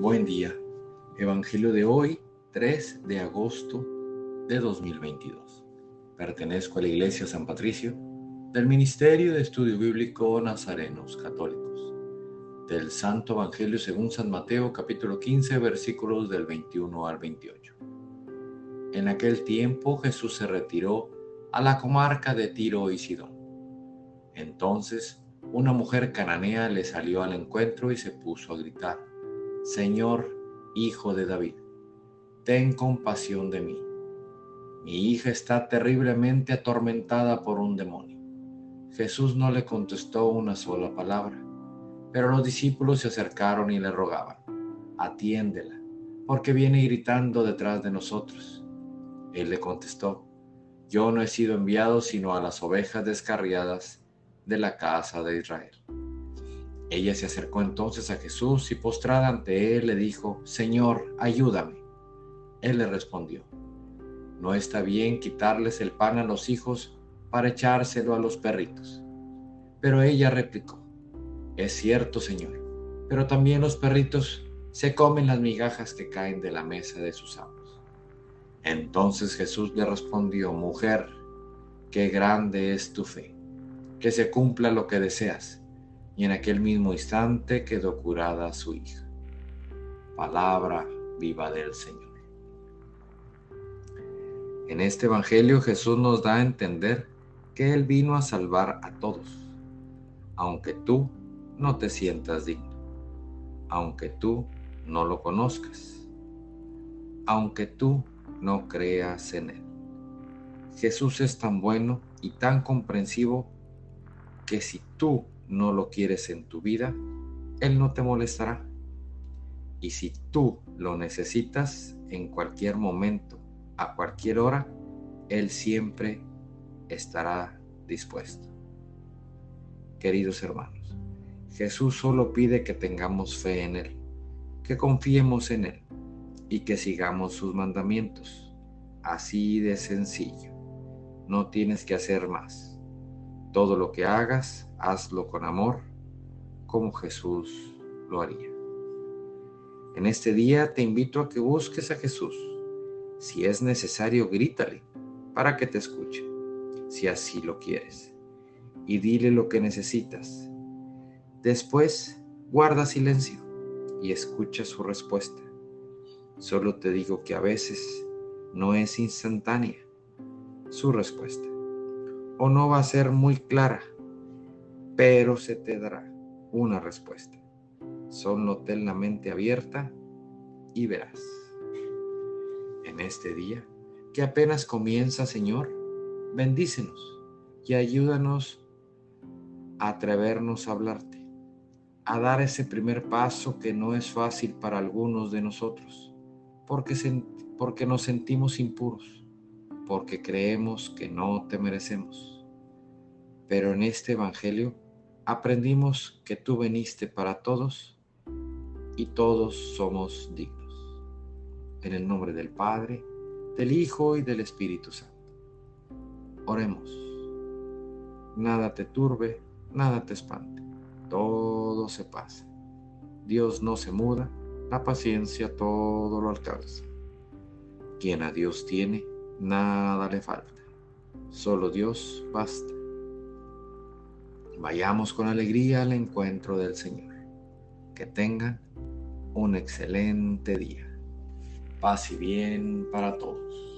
Buen día. Evangelio de hoy, 3 de agosto de 2022. Pertenezco a la Iglesia San Patricio del Ministerio de Estudio Bíblico Nazarenos Católicos. Del Santo Evangelio según San Mateo, capítulo 15, versículos del 21 al 28. En aquel tiempo Jesús se retiró a la comarca de Tiro y Sidón. Entonces una mujer cananea le salió al encuentro y se puso a gritar: Señor, Hijo de David, ten compasión de mí. Mi hija está terriblemente atormentada por un demonio. Jesús no le contestó una sola palabra, pero los discípulos se acercaron y le rogaban: atiéndela, porque viene gritando detrás de nosotros. Él le contestó: yo no he sido enviado sino a las ovejas descarriadas de la casa de Israel. Ella se acercó entonces a Jesús y postrada ante él le dijo: Señor, ayúdame. Él le respondió: no está bien quitarles el pan a los hijos para echárselo a los perritos. Pero ella replicó: es cierto, Señor, pero también los perritos se comen las migajas que caen de la mesa de sus amos. Entonces Jesús le respondió: mujer, qué grande es tu fe, que se cumpla lo que deseas. Y en aquel mismo instante quedó curada su hija. Palabra viva del Señor. En este Evangelio Jesús nos da a entender que Él vino a salvar a todos, aunque tú no te sientas digno, aunque tú no lo conozcas, aunque tú no creas en Él. Jesús es tan bueno y tan comprensivo que si tú no lo quieres en tu vida, Él no te molestará. Y si tú lo necesitas en cualquier momento, a cualquier hora, Él siempre estará dispuesto. Queridos hermanos, Jesús solo pide que tengamos fe en Él, que confiemos en Él y que sigamos sus mandamientos. Así de sencillo. No tienes que hacer más. Todo lo que hagas, hazlo con amor, como Jesús lo haría. En este día te invito a que busques a Jesús. Si es necesario, grítale para que te escuche, si así lo quieres, y dile lo que necesitas. Después, guarda silencio y escucha su respuesta. Solo te digo que a veces no es instantánea su respuesta, o no va a ser muy clara, pero se te dará una respuesta. Solo ten la mente abierta y verás. En este día, que apenas comienza, Señor, bendícenos y ayúdanos a atrevernos a hablarte, a dar ese primer paso que no es fácil para algunos de nosotros, porque nos sentimos impuros, porque creemos que no te merecemos. Pero en este Evangelio aprendimos que tú viniste para todos y todos somos dignos. En el nombre del Padre, del Hijo y del Espíritu Santo. Oremos. Nada te turbe, nada te espante. Todo se pasa. Dios no se muda, la paciencia todo lo alcanza. Quien a Dios tiene, nada le falta. Solo Dios basta. Vayamos con alegría al encuentro del Señor. Que tengan un excelente día. Paz y bien para todos.